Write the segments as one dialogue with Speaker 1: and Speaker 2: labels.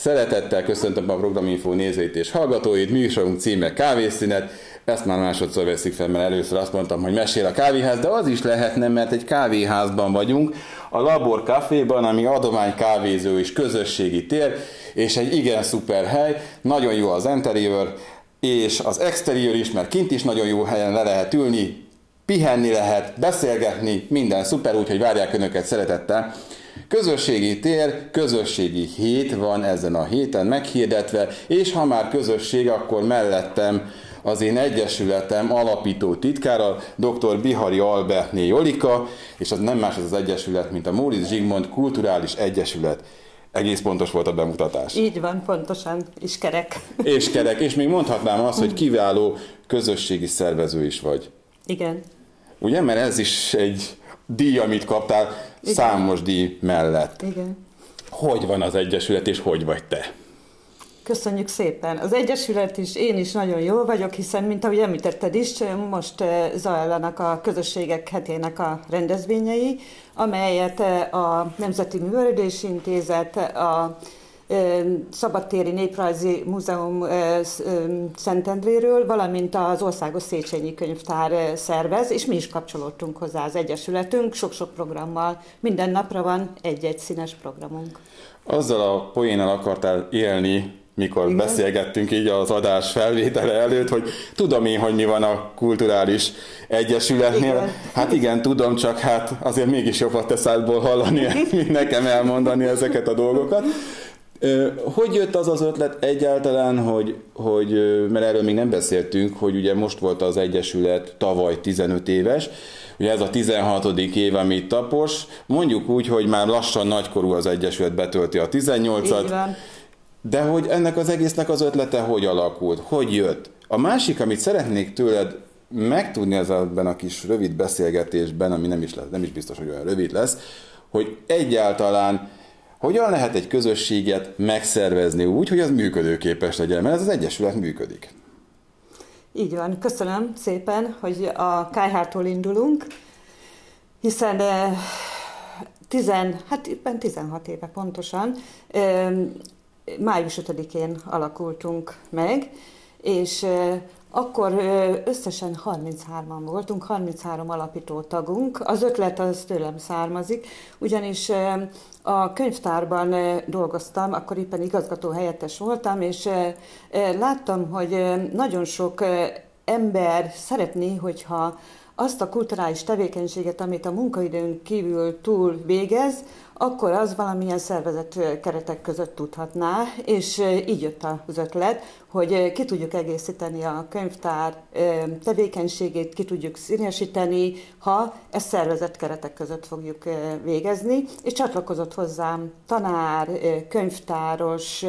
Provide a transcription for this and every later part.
Speaker 1: Szeretettel köszöntöm a Programinfo nézőit és hallgatóit, műsorunk címe Kávészünet. Ezt már másodszor veszik fel, mert először azt mondtam, hogy mesél a kávéház, de az is lehetne, mert egy kávéházban vagyunk, a Labor Caféban, ami adomány kávézó és közösségi tér, és egy igen szuper hely, nagyon jó az interior, és az exterior is, mert kint is nagyon jó helyen le lehet ülni, pihenni lehet, beszélgetni, minden szuper, úgyhogy várják Önöket szeretettel. Közösségi tér, közösségi hét van ezen a héten meghirdetve, és ha már közösség, akkor mellettem az én egyesületem alapító titkára, dr. Bihari Albertné Jolika, és az nem más az egyesület, mint a Móricz Zsigmond Kulturális Egyesület. Egész pontos volt a bemutatás.
Speaker 2: Így van, pontosan, és kerek.
Speaker 1: És kerek, és még mondhatnám azt, hogy kiváló közösségi szervező is vagy.
Speaker 2: Igen.
Speaker 1: Ugye, mert ez is egy díj, amit kaptál, igen, számos díj mellett.
Speaker 2: Igen.
Speaker 1: Hogy van az egyesület, és hogy vagy te?
Speaker 2: Köszönjük szépen. Az egyesület is, én is nagyon jól vagyok, hiszen, mint ahogy említetted is, most zajlanak a közösségek hetének a rendezvényei, amelyet a Nemzeti Művelődési Intézet, a Szabadtéri Néprajzi Múzeum Szentendréről, valamint az Országos Széchenyi Könyvtár szervez, és mi is kapcsolódtunk hozzá az egyesületünk, sok-sok programmal. Minden napra van egy-egy színes programunk.
Speaker 1: Azzal a poénnal akartál élni, mikor igen, beszélgettünk így az adás felvétele előtt, hogy tudom én, hogy mi van a kulturális egyesületnél. Igen. Hát igen, tudom, csak hát azért mégis jobb a te szádból hallani, mint nekem elmondani ezeket a dolgokat. Hogy jött az az ötlet egyáltalán, hogy mert erről még nem beszéltünk, hogy ugye most volt az egyesület tavaly 15 éves, ugye ez a 16. év, amit tapos, mondjuk úgy, hogy már lassan nagykorú az egyesület, betölti a 18-at, de hogy ennek az egésznek az ötlete hogy alakult, hogy jött. A másik, amit szeretnék tőled megtudni ebben a kis rövid beszélgetésben, ami nem is biztos, hogy olyan rövid lesz, hogy egyáltalán hogyan lehet egy közösséget megszervezni úgy, hogy az működőképes legyen, mert ez az egyesület működik.
Speaker 2: Így van, köszönöm szépen, hogy a KH-tól indulunk, hiszen éppen 16 éve pontosan, május 5-én alakultunk meg, és akkor összesen 33-an voltunk, 33 alapító tagunk. Az ötlet az tőlem származik, ugyanis a könyvtárban dolgoztam, akkor éppen igazgató helyettes voltam, és láttam, hogy nagyon sok ember szeretné, hogyha azt a kulturális tevékenységet, amit a munkaidőn kívül túl végez, akkor az valamilyen szervezet keretek között tudhatná, és így jött az ötlet, hogy ki tudjuk egészíteni a könyvtár tevékenységét, ki tudjuk színesíteni, ha ezt szervezett keretek között fogjuk végezni, és csatlakozott hozzám tanár, könyvtáros,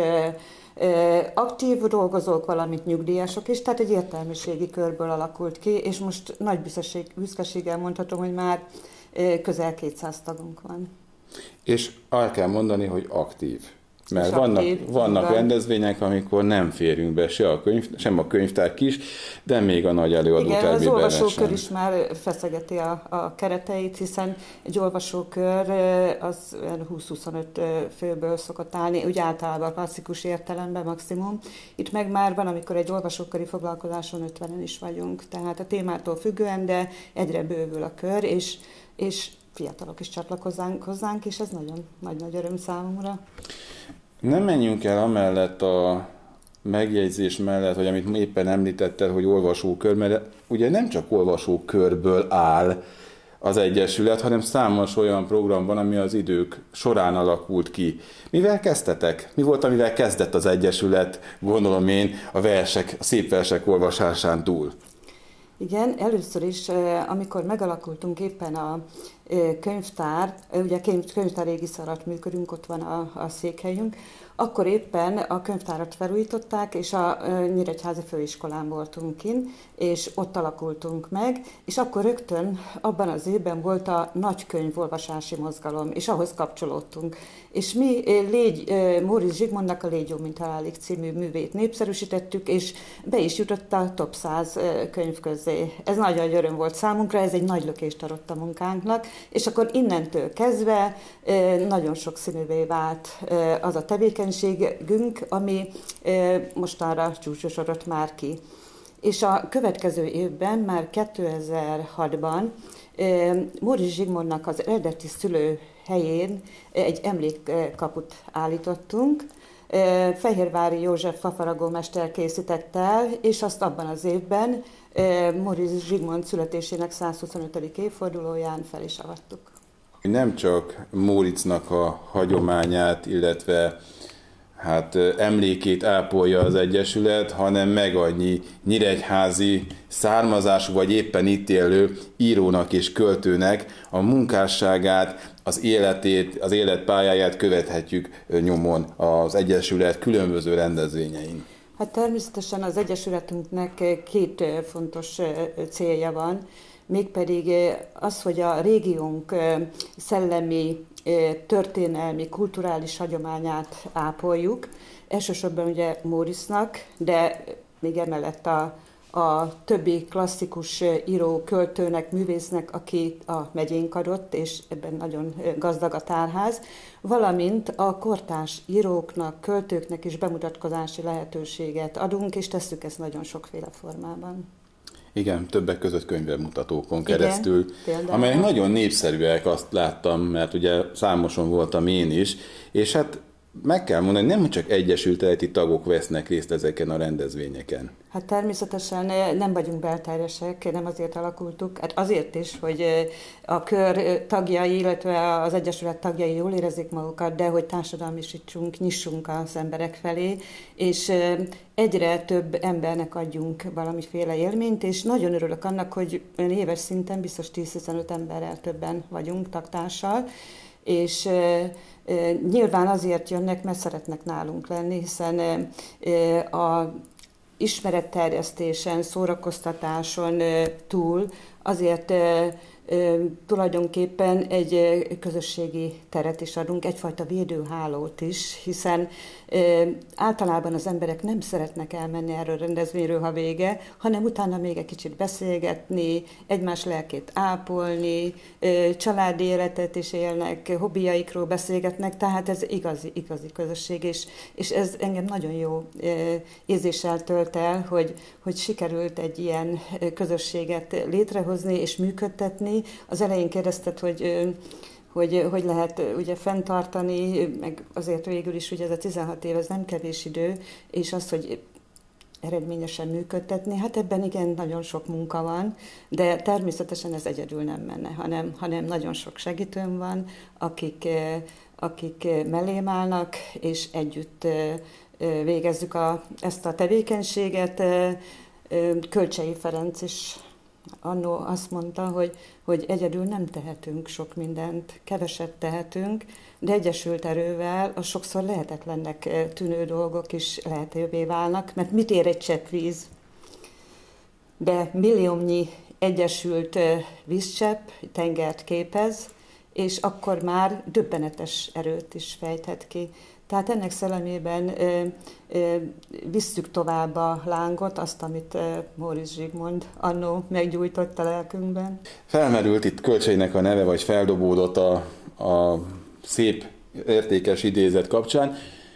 Speaker 2: aktív dolgozók, valamint nyugdíjasok is, tehát egy értelmiségi körből alakult ki, és most nagy büszkeséggel mondhatom, hogy már közel 200 tagunk van.
Speaker 1: És el kell mondani, hogy aktív. Mert vannak rendezvények, amikor nem férünk be sem a könyvtár kis, de még a nagy előadótermében.
Speaker 2: Igen, az olvasókör is már feszegeti a kereteit, hiszen egy olvasókör az 20-25 főből szokott állni, úgy általában klasszikus értelemben maximum. Itt meg már van, amikor egy olvasóköri foglalkozáson 50-en is vagyunk, tehát a témától függően, de egyre bővül a kör, és fiatalok is csatlakozzánk hozzánk, és ez nagyon nagy öröm számomra.
Speaker 1: Nem menjünk el amellett a megjegyzés mellett, hogy amit éppen említetted, hogy olvasókör, mert ugye nem csak olvasókörből áll az egyesület, hanem számos olyan program van, ami az idők során alakult ki. Mivel kezdtetek? Mi volt, amivel kezdett az egyesület, gondolom én, a szép versek olvasásán túl?
Speaker 2: Igen, először is, amikor megalakultunk éppen a könyvtár, ugye könyvtár Égiszar működünk, ott van a székhelyünk, akkor éppen a könyvtárat felújították, és a Nyíregyházi Főiskolán voltunk kint, és ott alakultunk meg, és akkor rögtön abban az évben volt a nagykönyvolvasási mozgalom, és ahhoz kapcsolódtunk. És mi Móricz Zsigmondnak a Légy jó, mint halálig című művét népszerűsítettük, és be is jutott a top 100 könyv közé. Ez nagyon öröm volt számunkra, ez egy nagy lökést adott a munkánknak, és akkor innentől kezdve nagyon sokszínűvé vált az a tevékenységünk, ami mostanra csúcsosodott már ki. És a következő évben, már 2006-ban Móricz Zsigmondnak az eredeti szülőhelyén egy emlékkaput állítottunk. Fehérvári József fafaragómester készítette el, és azt abban az évben Móricz Zsigmond születésének 125. évfordulóján fel is avattuk.
Speaker 1: Nem csak Móricznak a hagyományát, illetve emlékét ápolja az Egyesület, hanem meg annyi nyíregyházi származású vagy éppen itt élő írónak és költőnek a munkásságát, az életét, az életpályáját követhetjük nyomon az Egyesület különböző rendezvényein.
Speaker 2: Hát természetesen az Egyesületünknek két fontos célja van, mégpedig az, hogy a régiónk szellemi, történelmi, kulturális hagyományát ápoljuk. Elsősorban ugye Móricznak, de még emellett a többi klasszikus író, költőnek, művésznek, aki a megyénk adott, és ebben nagyon gazdag a tárház, valamint a kortárs íróknak, költőknek is bemutatkozási lehetőséget adunk, és tesszük ezt nagyon sokféle formában.
Speaker 1: Igen, többek között könyvbemutatókon keresztül, amelyek nagyon népszerűek, azt láttam, mert ugye számoson voltam én is, és hát meg kell mondani, nem csak egyesületi tagok vesznek részt ezeken a rendezvényeken.
Speaker 2: Hát természetesen nem vagyunk belterjesek, nem azért alakultuk, hát azért is, hogy a kör tagjai, illetve az Egyesület tagjai jól érezzék magukat, de hogy társadalmisítsunk, nyissunk az emberek felé, és egyre több embernek adjunk valamiféle élményt, és nagyon örülök annak, hogy éves szinten biztos 10-15 emberrel többen vagyunk tagtársal, és nyilván azért jönnek, mert szeretnek nálunk lenni, hiszen a ismeretterjesztésen, szórakoztatáson túl azért tulajdonképpen egy közösségi teret is adunk, egyfajta védőhálót is, hiszen általában az emberek nem szeretnek elmenni erről a rendezvényről, ha vége, hanem utána még egy kicsit beszélgetni, egymás lelkét ápolni, családi életet is élnek, hobbiaikról beszélgetnek, tehát ez igazi közösség, és ez engem nagyon jó érzéssel tölt el, hogy sikerült egy ilyen közösséget létrehozni és működtetni. Az elején kérdezted, hogy lehet ugye fenntartani, meg azért végül is ugye ez a 16 év, ez nem kevés idő, és az, hogy eredményesen működtetni, hát ebben igen, nagyon sok munka van, de természetesen ez egyedül nem menne, hanem nagyon sok segítőm van, akik mellém állnak, és együtt végezzük ezt a tevékenységet. Kölcsei Ferenc is annó azt mondta, hogy egyedül nem tehetünk sok mindent, keveset tehetünk, de egyesült erővel a sokszor lehetetlennek tűnő dolgok is lehetővé válnak, mert mit ér egy csepp víz? De milliómnyi egyesült vízcsepp tengert képez, és akkor már döbbenetes erőt is fejthet ki. Tehát ennek szellemében visszük tovább a lángot, azt, amit Móricz Zsigmond annó meggyújtott a lelkünkben.
Speaker 1: Felmerült itt Kölcseinek a neve, vagy feldobódott a szép, értékes idézet kapcsán.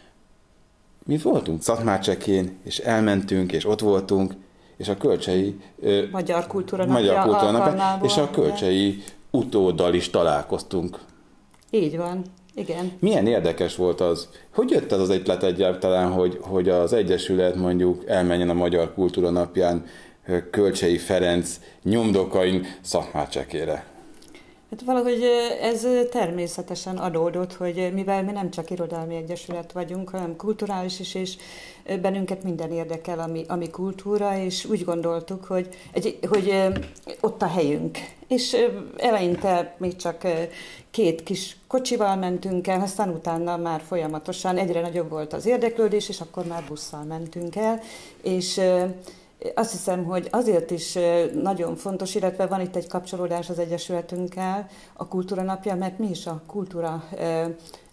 Speaker 1: Mi voltunk Szatmárcsekén, és elmentünk, és ott voltunk, és a Kölcsei
Speaker 2: Magyar Kultúra Napja
Speaker 1: és a Kölcsei utóddal is találkoztunk.
Speaker 2: Így van. Igen.
Speaker 1: Milyen érdekes volt az? Hogy jött ez az ötlet egyáltalán, hogy az Egyesület mondjuk elmenjen a Magyar Kultúra Napján Kölcsei Ferenc nyomdokain Szatmárcsekére?
Speaker 2: Hát valahogy ez természetesen adódott, hogy mivel mi nem csak irodalmi egyesület vagyunk, hanem kulturális is, és bennünket minden érdekel, ami kultúra, és úgy gondoltuk, hogy ott a helyünk. És eleinte még csak 2 kis kocsival mentünk el, aztán utána már folyamatosan egyre nagyobb volt az érdeklődés, és akkor már busszal mentünk el, és azt hiszem, hogy azért is nagyon fontos, illetve van itt egy kapcsolódás az Egyesületünkkel, a Kultúra Napja, mert mi is a kultúra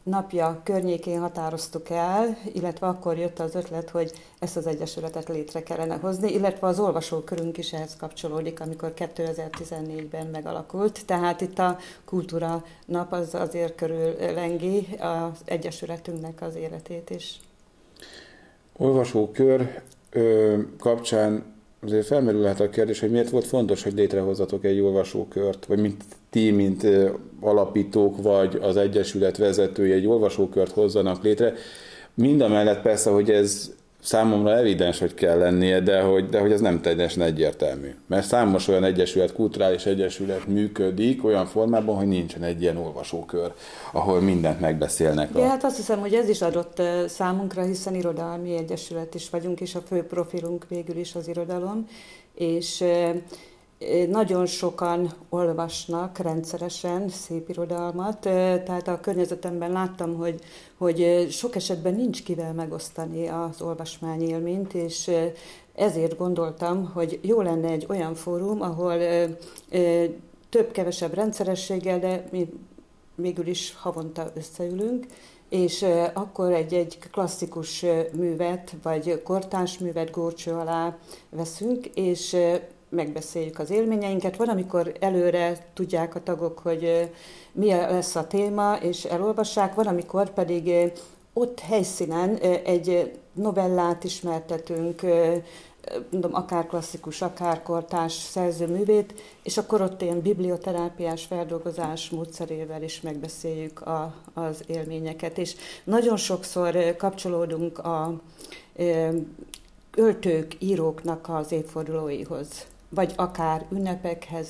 Speaker 2: napja környékén határoztuk el, illetve akkor jött az ötlet, hogy ezt az egyesületet létre kellene hozni, illetve az olvasókörünk is ehhez kapcsolódik, amikor 2014-ben megalakult. Tehát itt a kultúra nap az azért körüllengi az egyesületünknek az életét is.
Speaker 1: Olvasókör kapcsán azért felmerülhet a kérdés, hogy miért volt fontos, hogy létrehozzatok egy olvasókört, vagy mint alapítók, vagy az egyesület vezetői egy olvasókört hozzanak létre. Mindamellett persze, hogy ez számomra evidens, hogy kell lennie, de hogy ez nem teljesen egyértelmű. Mert számos olyan egyesület, kulturális egyesület működik olyan formában, hogy nincsen egy ilyen olvasókör, ahol mindent megbeszélnek.
Speaker 2: Ja, hát azt hiszem, hogy ez is adott számunkra, hiszen irodalmi egyesület is vagyunk, és a fő profilunk végül is az irodalom, és nagyon sokan olvasnak rendszeresen szép irodalmat, tehát a környezetemben láttam, hogy sok esetben nincs kivel megosztani az olvasmányélményt, és ezért gondoltam, hogy jó lenne egy olyan fórum, ahol több-kevesebb rendszerességgel, de mi végül is havonta összeülünk, és akkor egy klasszikus művet, vagy kortárs művet górcső alá veszünk, és megbeszéljük az élményeinket. Van, amikor előre tudják a tagok, hogy mi lesz a téma, és elolvassák, van, amikor pedig ott helyszínen egy novellát ismertetünk, akár klasszikus, akár kortárs szerzőművét, és akkor ott ilyen biblioterápiás feldolgozás módszerével is megbeszéljük az élményeket. És nagyon sokszor kapcsolódunk a költők, íróknak az évfordulóihoz, vagy akár ünnepekhez,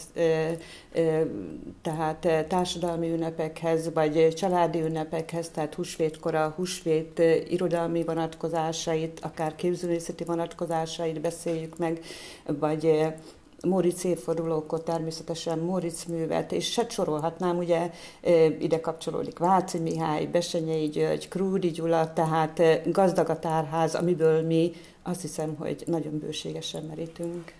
Speaker 2: tehát társadalmi ünnepekhez, vagy családi ünnepekhez, tehát húsvétkor a húsvét irodalmi vonatkozásait, akár képzőművészeti vonatkozásait beszéljük meg, vagy Móricz évfordulókor természetesen Móricz művet, és se sorolhatnám, ugye ide kapcsolódik Váci Mihály, Bessenyei György, Krúdy Gyula, tehát gazdag a tárház, amiből mi azt hiszem, hogy nagyon bőségesen merítünk.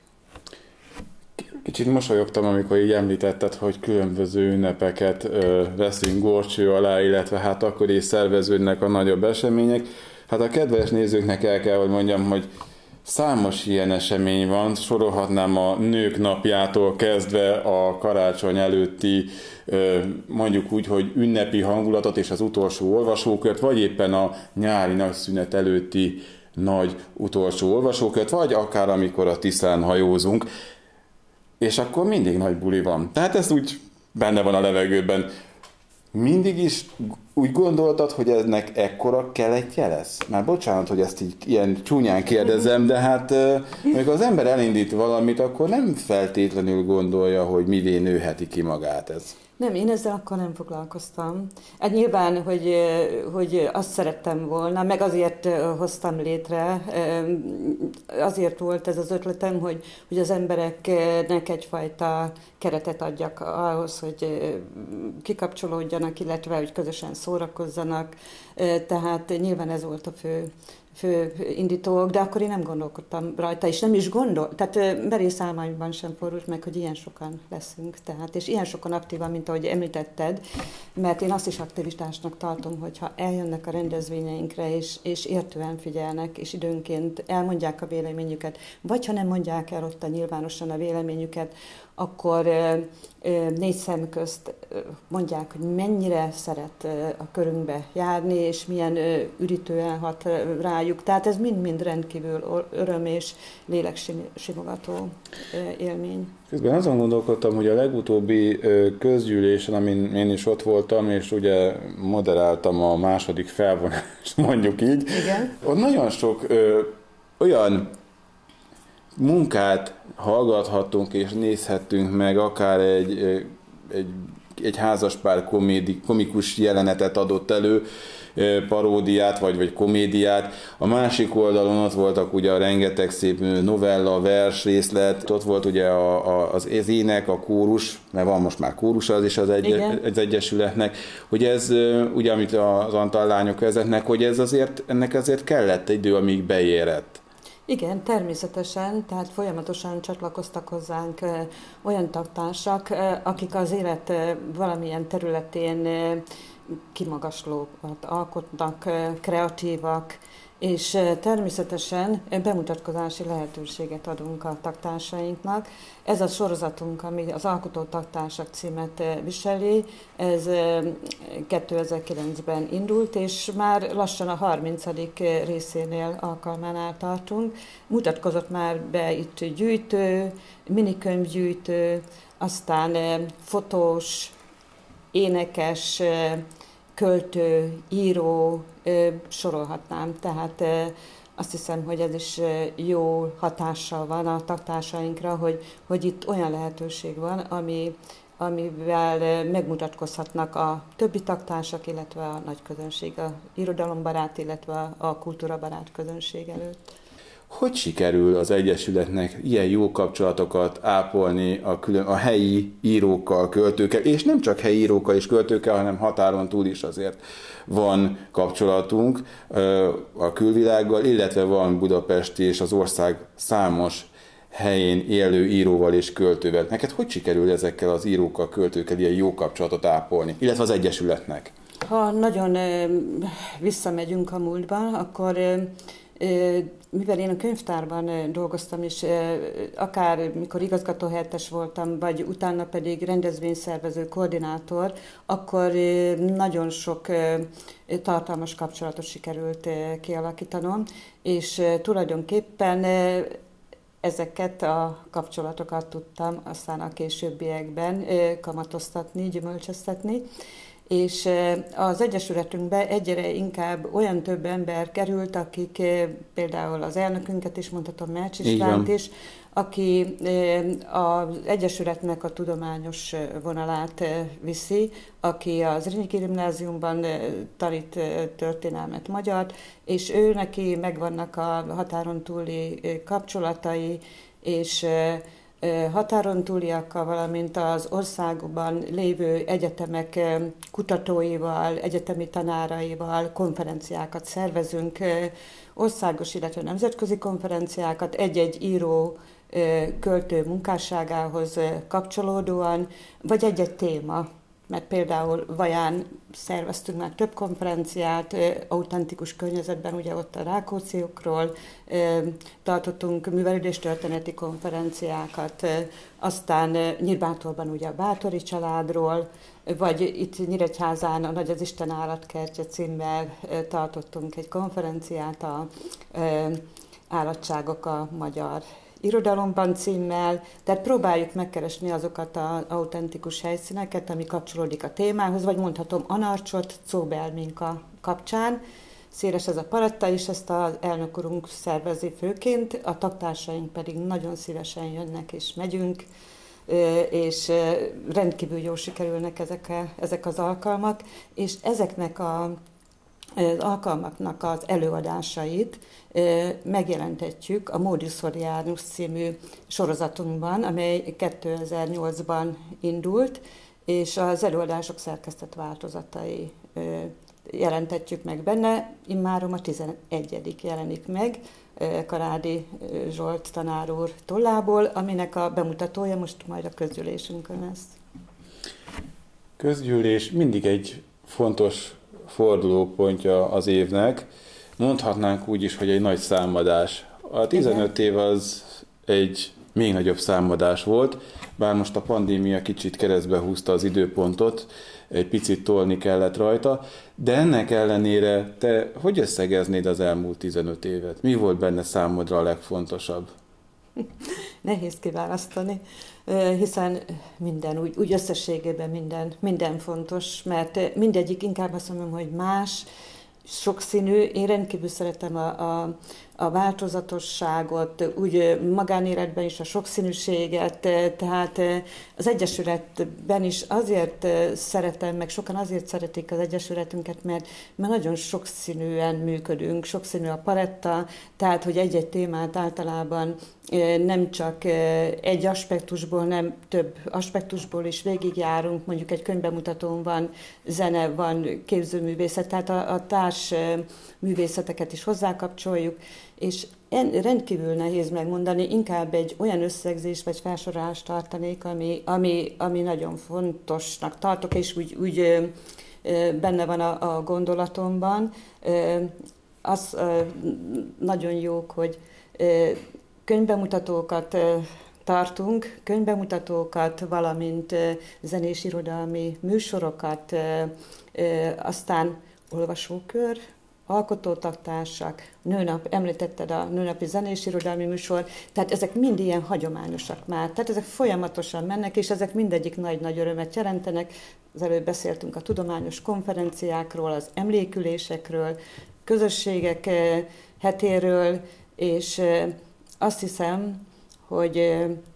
Speaker 1: Kicsit mosolyogtam, amikor így említetted, hogy különböző ünnepeket veszünk górcső alá, illetve hát akkor is szerveződnek a nagyobb események. Hát a kedves nézőknek el kell, hogy mondjam, hogy számos ilyen esemény van, sorolhatnám a Nők Napjától kezdve a karácsony előtti, mondjuk úgy, hogy ünnepi hangulatot és az utolsó olvasókört, vagy éppen a nyári nagyszünet előtti nagy utolsó olvasókört, vagy akár amikor a Tiszán hajózunk, és akkor mindig nagy buli van. Tehát ez úgy benne van a levegőben. Mindig is úgy gondoltad, hogy ennek ekkora keletje lesz? Már bocsánat, hogy ezt így ilyen csúnyán kérdezem, de hát amikor az ember elindít valamit, akkor nem feltétlenül gondolja, hogy mivé nőheti ki magát ez.
Speaker 2: Nem, én ezzel akkor nem foglalkoztam. Hát nyilván, hogy azt szerettem volna, meg azért hoztam létre, azért volt ez az ötletem, hogy az embereknek egyfajta keretet adjak ahhoz, hogy kikapcsolódjanak, illetve hogy közösen szórakozzanak. Tehát nyilván ez volt a fő indítók, de akkor én nem gondolkodtam rajta, és nem is tehát merész álmaimban sem fordult meg, hogy ilyen sokan leszünk, tehát, és ilyen sokan aktívan, mint ahogy említetted, mert én azt is aktivitásnak tartom, hogyha eljönnek a rendezvényeinkre, és értően figyelnek, és időnként elmondják a véleményüket, vagy ha nem mondják el ott nyilvánosan a véleményüket, akkor négy szem közt mondják, hogy mennyire szeret a körünkbe járni, és milyen üdítően hat rájuk. Tehát ez mind-mind rendkívül öröm és léleksimogató élmény.
Speaker 1: Közben azon gondolkodtam, hogy a legutóbbi közgyűlésen, amin én is ott voltam, és ugye moderáltam a második felvonást, mondjuk így.
Speaker 2: Igen.
Speaker 1: Ott nagyon sok olyan munkát hallgathattunk és nézhettünk meg, akár egy házaspár komikus jelenetet adott elő, paródiát vagy komédiát. A másik oldalon ott voltak ugye a rengeteg szép novella, vers részlet, ott volt ugye az ének, a kórus, mert van most már kórusa az is az egyesületnek, hogy ez, ugye amit az Antal lányok vezetnek, hogy ennek azért kellett egy idő, amíg beérett.
Speaker 2: Igen, természetesen, tehát folyamatosan csatlakoztak hozzánk olyan tagtársak, akik az élet valamilyen területén kimagaslókat alkotnak, kreatívak, és természetesen bemutatkozási lehetőséget adunk a taktársainknak. Ez a sorozatunk, ami az Alkotó Taktársak címet viseli, ez 2009-ben indult, és már lassan a 30. részénél alkalmánál tartunk. Mutatkozott már be itt gyűjtő, minikönyvgyűjtő, aztán fotós, énekes, költő, író, sorolhatnám. Tehát azt hiszem, hogy ez is jó hatással van a taktársainkra, hogy itt olyan lehetőség van, amivel megmutatkozhatnak a többi taktársak, illetve a nagy közönség, a irodalombarát, illetve a kultúrabarát közönség előtt.
Speaker 1: Hogy sikerül az Egyesületnek ilyen jó kapcsolatokat ápolni a helyi írókkal, költőkkel, és nem csak helyi írókkal és költőkkel, hanem határon túl is azért van kapcsolatunk a külvilággal, illetve van budapesti és az ország számos helyén élő íróval és költővel. Neked hogy sikerül ezekkel az írókkal, költőkkel ilyen jó kapcsolatot ápolni, illetve az Egyesületnek?
Speaker 2: Ha nagyon visszamegyünk a múltba, akkor mivel én a könyvtárban dolgoztam, és akár mikor igazgatóhelyettes voltam, vagy utána pedig rendezvényszervező, koordinátor, akkor nagyon sok tartalmas kapcsolatot sikerült kialakítanom, és tulajdonképpen ezeket a kapcsolatokat tudtam aztán a későbbiekben kamatoztatni, gyümölcsöztetni. És az Egyesületünkbe egyre inkább olyan több ember került, akik például az elnökünket is mondhatom, Melcs Istvánt is, aki az Egyesületnek a tudományos vonalát viszi, aki az Zrínyi Gimnáziumban tanít történelmet, magyart, és ő neki megvannak a határon túli kapcsolatai, és határon túliakkal, valamint az országban lévő egyetemek kutatóival, egyetemi tanáraival konferenciákat szervezünk, országos, illetve nemzetközi konferenciákat, egy-egy író, költő munkásságához kapcsolódóan, vagy egy-egy téma. Mert például Vaján szerveztünk már több konferenciát, autentikus környezetben, ugye ott a Rákócziokról tartottunk művelődéstörténeti konferenciákat, aztán Nyírbátorban ugye a Báthori családról, vagy itt Nyíregyházán a Nagy az Isten állatkertje címmel tartottunk egy konferenciát, a állatságok a magyar irodalomban címmel, tehát próbáljuk megkeresni azokat az autentikus helyszíneket, ami kapcsolódik a témához, vagy mondhatom Anarcsot, Czóbelminka kapcsán. Széles ez a paletta, és ezt az elnök úrunk szervezi főként, a taktársaink pedig nagyon szívesen jönnek és megyünk, és rendkívül jól sikerülnek ezek az alkalmak, és ezeknek az alkalmaknak az előadásait megjelentetjük a Modus Horrianus című sorozatunkban, amely 2008-ban indult, és az előadások szerkesztett változatai jelentetjük meg benne. Immárom a 11. jelenik meg Karádi Zsolt tanár úr tollából, aminek a bemutatója most majd a közgyűlésünkön lesz.
Speaker 1: Közgyűlés mindig egy fontos fordulópontja az évnek. Mondhatnánk úgy is, hogy egy nagy számadás. A 15 év az egy még nagyobb számadás volt, bár most a pandémia kicsit keresztbe húzta az időpontot, egy picit tolni kellett rajta, de ennek ellenére te hogy összegeznéd az elmúlt 15 évet? Mi volt benne számodra a legfontosabb?
Speaker 2: Nehéz kiválasztani, hiszen minden, úgy összességében minden fontos, mert mindegyik, inkább azt mondom, hogy más, sokszínű. Én rendkívül szeretem a változatosságot, úgy magánéletben is a sokszínűséget, tehát az Egyesületben is azért szeretem, meg sokan azért szeretik az Egyesületünket, mert nagyon sokszínűen működünk, sokszínű a paletta, tehát hogy egy-egy témát általában nem csak egy aspektusból, nem több aspektusból is végigjárunk, mondjuk egy könyvbemutatón van zene, van képzőművészet, tehát a társ művészeteket is hozzákapcsoljuk, és rendkívül nehéz megmondani, inkább egy olyan összegzés vagy felsorolást tartanék, ami nagyon fontosnak tartok, és úgy benne van a gondolatomban. Az nagyon jók, hogy könyvbemutatókat tartunk, könyvbemutatókat, valamint zenés irodalmi műsorokat, aztán olvasókör, alkotótaktársak, nőnap, említetted a nőnapi zenés irodalmi műsor, tehát ezek mind ilyen hagyományosak már, tehát ezek folyamatosan mennek, és ezek mindegyik nagy-nagy örömet jelentenek. Az előbb beszéltünk a tudományos konferenciákról, az emlékülésekről, közösségek hetéről, és azt hiszem, hogy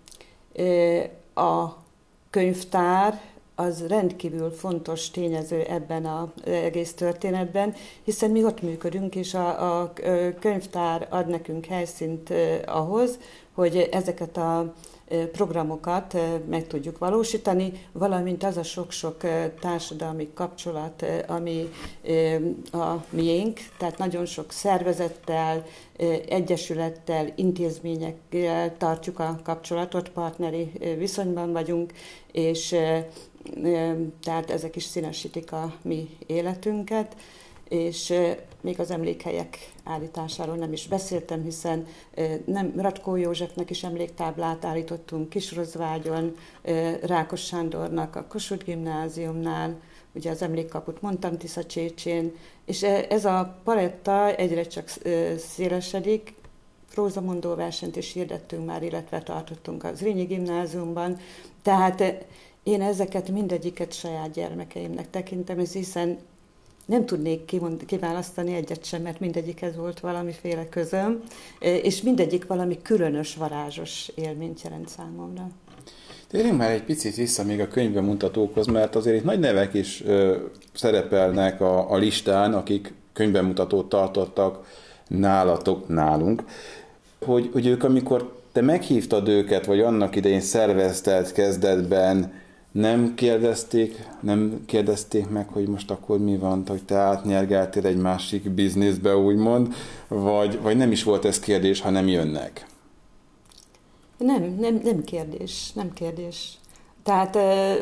Speaker 2: a könyvtár az rendkívül fontos tényező ebben az egész történetben, hiszen mi ott működünk, és a könyvtár ad nekünk helyszínt ahhoz, hogy ezeket a programokat meg tudjuk valósítani, valamint az a sok-sok társadalmi kapcsolat, ami a miénk, tehát nagyon sok szervezettel, egyesülettel, intézményekkel tartjuk a kapcsolatot, partneri viszonyban vagyunk, és tehát ezek is színesítik a mi életünket, és még az emlékhelyek állításáról nem is beszéltem, hiszen Ratkó Józsefnek is emléktáblát állítottunk Kisrozvágyon, Rákos Sándornak a Kossuth Gimnáziumnál, ugye az emlékkaput mondtam Tiszacsécsén, és ez a paletta egyre csak szélesedik. Prózamondó versenyt is hirdettünk már, illetve tartottunk az Zrínyi Gimnáziumban, tehát én ezeket mindegyiket saját gyermekeimnek tekintem, hiszen nem tudnék kiválasztani egyet sem, mert mindegyikhez volt valamiféle közöm, és mindegyik valami különös, varázsos élményt jelent számomra.
Speaker 1: Térjünk már egy picit vissza még a könyvbemutatókhoz, mert azért itt nagy nevek is szerepelnek a listán, akik könyvbemutatót tartottak nálunk, hogy ők, amikor te meghívtad őket, vagy annak idején szervezted kezdetben, nem kérdezték meg, hogy most akkor mi van, hogy te átnyergeltél egy másik bizniszbe, úgymond, vagy nem is volt ez kérdés, hanem jönnek?
Speaker 2: Nem kérdés. Tehát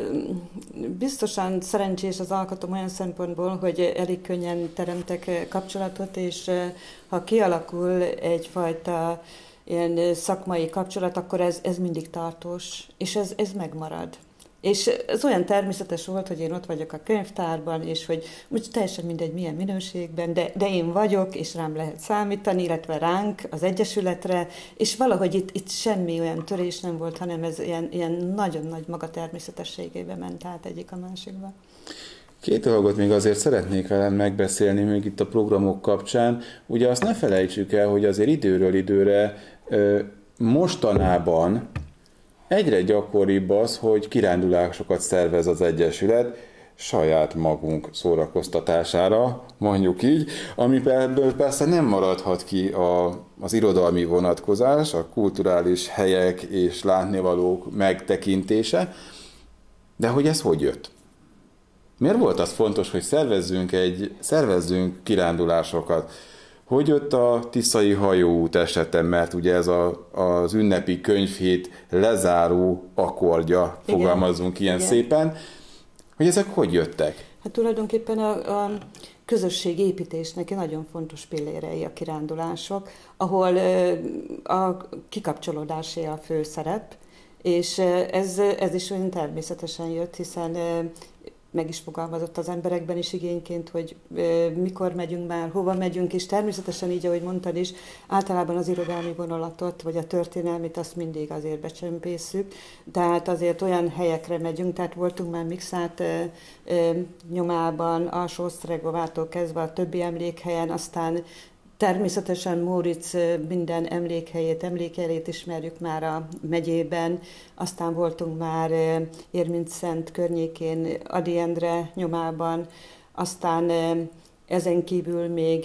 Speaker 2: biztosan szerencsés az alkotom olyan szempontból, hogy elég könnyen teremtek kapcsolatot, és ha kialakul egyfajta ilyen szakmai kapcsolat, akkor ez mindig tartós, és ez megmarad. És ez olyan természetes volt, hogy én ott vagyok a könyvtárban, és hogy úgy teljesen mindegy milyen minőségben, de én vagyok, és rám lehet számítani, illetve ránk, az Egyesületre, és valahogy itt semmi olyan törés nem volt, hanem ez ilyen nagyon nagy maga természetességében ment át egyik a másikba.
Speaker 1: Két dolgot még azért szeretnék veled megbeszélni még itt a programok kapcsán. Ugye azt ne felejtsük el, hogy azért időről időre mostanában egyre gyakoribb az, hogy kirándulásokat szervez az Egyesület saját magunk szórakoztatására, mondjuk így, amiből persze nem maradhat ki az irodalmi vonatkozás, a kulturális helyek és látnivalók megtekintése, de hogy ez hogy jött? Miért volt az fontos, hogy szervezzünk kirándulásokat? Hogy jött a Tiszai hajóút esete, mert ugye ez az ünnepi könyvhét lezáró akkordja, fogalmazzunk ilyen szépen, hogy ezek hogy jöttek?
Speaker 2: Hát tulajdonképpen a közösségépítésnek nagyon fontos pillérei a kirándulások, ahol a kikapcsolódásé a főszerep, és ez is olyan természetesen jött, hiszen meg is fogalmazott az emberekben is igényként, hogy mikor megyünk már, hova megyünk, és természetesen így, ahogy mondtad is, általában az irodalmi vonalatot, vagy a történelmit, azt mindig azért becsempészük, tehát azért olyan helyekre megyünk, tehát voltunk már Mikszáth nyomában, Alsó-Osztregovától kezdve a többi emlékhelyen, aztán természetesen Móricz minden emlékjelét ismerjük már a megyében, aztán voltunk már Érmintszent környékén, Ady Endre nyomában, aztán ezen kívül még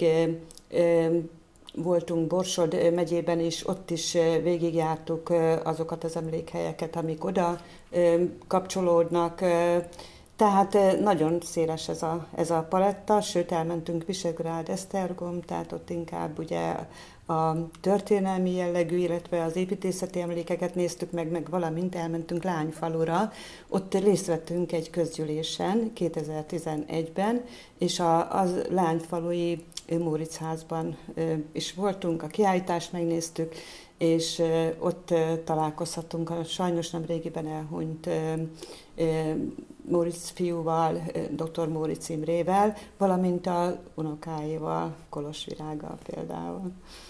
Speaker 2: voltunk Borsod megyében is, ott is végigjártuk azokat az emlékhelyeket, amik oda kapcsolódnak. Tehát nagyon széles ez a paletta, sőt elmentünk Visegrád, Esztergom, tehát ott inkább ugye a történelmi jellegű, illetve az építészeti emlékeket néztük meg valamint elmentünk Lányfalura. Ott részt vettünk egy közgyűlésen 2011-ben, és az Lányfalui Móricz házban is voltunk, a kiállítást megnéztük, és ott találkozhattunk a sajnos nem régiben elhunyt Móricz fiúval, dr. Móricz Imrével, valamint a unokáival, Kolos Virággal például.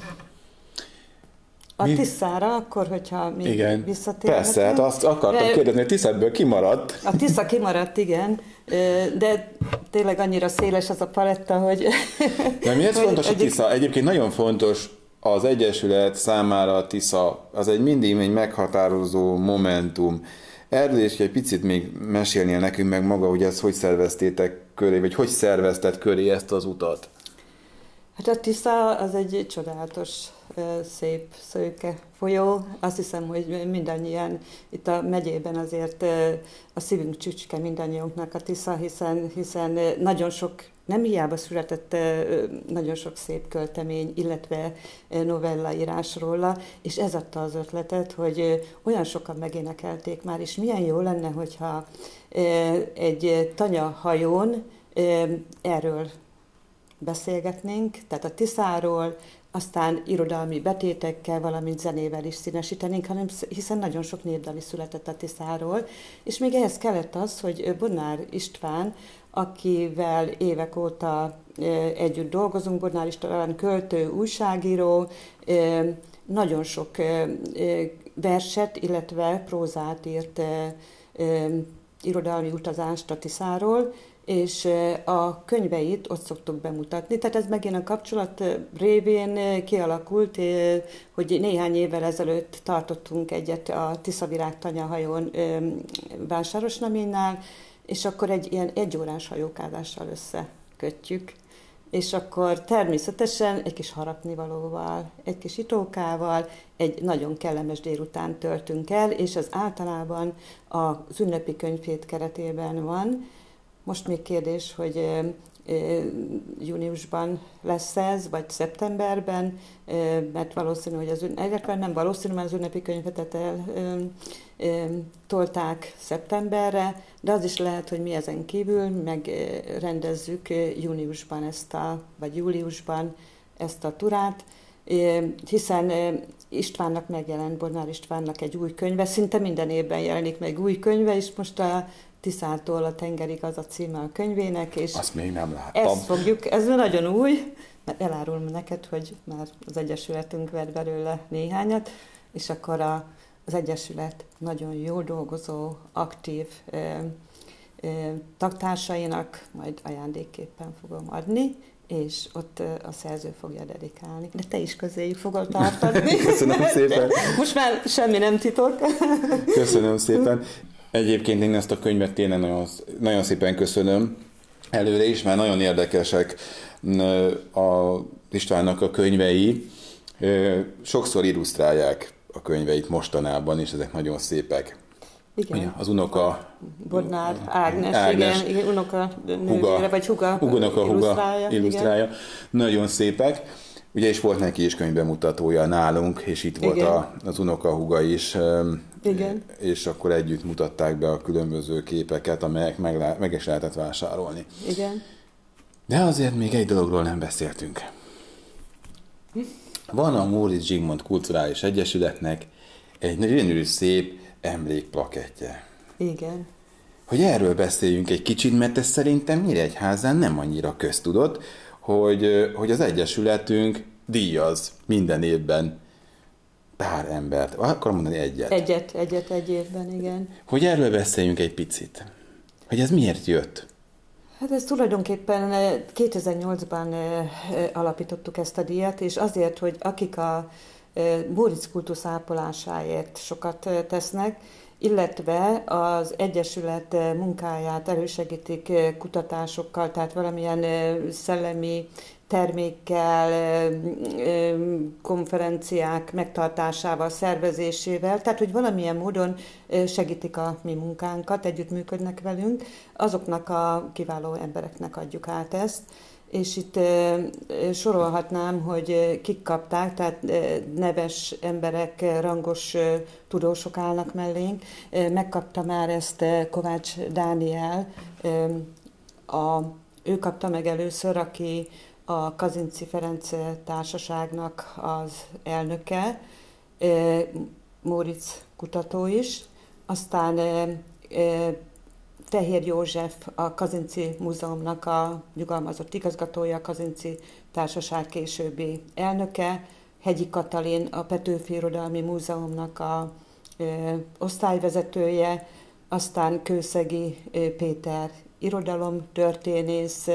Speaker 2: A Tiszára, akkor, hogyha még visszatérhetünk.
Speaker 1: Persze, hát azt akartam kérdezni, hogy Tiszából kimaradt.
Speaker 2: A Tisza kimaradt, igen, de tényleg annyira széles az a paletta, hogy...
Speaker 1: De miért fontos a Tisza? Egyébként nagyon fontos az Egyesület számára a Tisza, az mindig egy meghatározó momentum. Erről is egy picit még mesélnél nekünk meg maga, hogy ezt hogy szerveztétek köré, vagy hogy szervezted köré ezt az utat?
Speaker 2: Hát a Tisza az egy csodálatos, szép, szőke folyó. Azt hiszem, hogy mindannyian itt a megyében azért a szívünk csücske mindannyiunknak a Tisza, hiszen nagyon sok, nem hiába született nagyon sok szép költemény, illetve novellaírás róla, és ez adta az ötletet, hogy olyan sokan megénekelték már, és milyen jó lenne, hogyha egy tanyahajón erről beszélgetnénk, tehát a Tiszáról, aztán irodalmi betétekkel, valamint zenével is színesítenénk, hiszen nagyon sok népdal is született a Tiszáról, és még ehhez kellett az, hogy Bodnár István, akivel évek óta együtt dolgozunk, Bodnár István költő, újságíró, nagyon sok verset, illetve prózát írt irodalmi utazást a Tiszáról, és a könyveit ott szoktuk bemutatni. Tehát ez megint a kapcsolat révén kialakult, hogy néhány évvel ezelőtt tartottunk egyet a Tiszavirág tanyahajón Vásárosnaménynál, és akkor egy ilyen egyórás hajókázással összekötjük. És akkor természetesen egy kis harapnivalóval, egy kis itókával, egy nagyon kellemes délután töltünk el, és ez általában az ünnepi könyvhét keretében van. Most még kérdés, hogy júniusban lesz ez, vagy szeptemberben, mert valószínű, hogy nem valószínű, mert az ünnepi könyvetet tolták szeptemberre, de az is lehet, hogy mi ezen kívül megrendezzük júniusban vagy júliusban ezt a turát, hiszen Istvánnak megjelent, Bodnár Istvánnak egy új könyve, szinte minden évben jelenik meg új könyve, és most a Tiszától a tengerig az a címe a könyvének, és
Speaker 1: azt még nem láttam.
Speaker 2: Ezt fogjuk, ez nagyon új, mert elárulom neked, hogy már az Egyesületünk vett belőle néhányat, és akkor az Egyesület nagyon jól dolgozó, aktív tagtársainak majd ajándékképpen fogom adni, és ott a szerző fogja dedikálni. De te is közéjük fogod átadni.
Speaker 1: Köszönöm szépen.
Speaker 2: Most már semmi nem titok.
Speaker 1: Köszönöm szépen. Egyébként én ezt a könyvet tényleg nagyon, nagyon szépen köszönöm előre is, mert nagyon érdekesek a Istvánnak a könyvei. Sokszor illusztrálják a könyveit mostanában, és ezek nagyon szépek.
Speaker 2: Igen.
Speaker 1: Ugye, az unoka...
Speaker 2: Bodnár Ágnes, igen, unoka nővére, vagy huga illusztrálja.
Speaker 1: Igen. Nagyon szépek. Ugye, és volt neki is könyvbemutatója nálunk, és itt volt az unokahuga is,
Speaker 2: igen.
Speaker 1: És akkor együtt mutatták be a különböző képeket, amelyek meg is lehetett vásárolni.
Speaker 2: Igen.
Speaker 1: De azért még egy dologról nem beszéltünk. Van a Móricz Zsigmond Kulturális Egyesületnek egy gyönyörű szép emlékplakettje.
Speaker 2: Igen.
Speaker 1: Hogy erről beszéljünk egy kicsit, mert ez szerintem Nyíregyházán nem annyira köztudott, hogy az Egyesületünk díjaz minden évben pár embert. Akarom mondani egyet.
Speaker 2: Egyet egy évben, igen.
Speaker 1: Hogy erről beszéljünk egy picit. Hogy ez miért jött?
Speaker 2: Hát ez tulajdonképpen 2008-ban alapítottuk ezt a díjat, és azért, hogy akik a Móricz kultusz ápolásáért sokat tesznek, illetve az Egyesület munkáját elősegítik kutatásokkal, tehát valamilyen szellemi termékkel, konferenciák megtartásával, szervezésével, tehát hogy valamilyen módon segítik a mi munkánkat, együttműködnek velünk, azoknak a kiváló embereknek adjuk át ezt, és itt sorolhatnám, hogy kik kapták, tehát neves emberek, rangos tudósok állnak mellénk. Megkapta már ezt Kovács Dániel, ő kapta meg először, aki a Kazinczy Ferenc Társaságnak az elnöke, Móricz kutató is, aztán Fehér József, a Kazinczy Múzeumnak a nyugalmazott igazgatója, a Kazinczy Társaság későbbi elnöke, Hegyi Katalin, a Petőfi Irodalmi Múzeumnak a osztályvezetője, aztán Kőszegi Péter irodalomtörténész,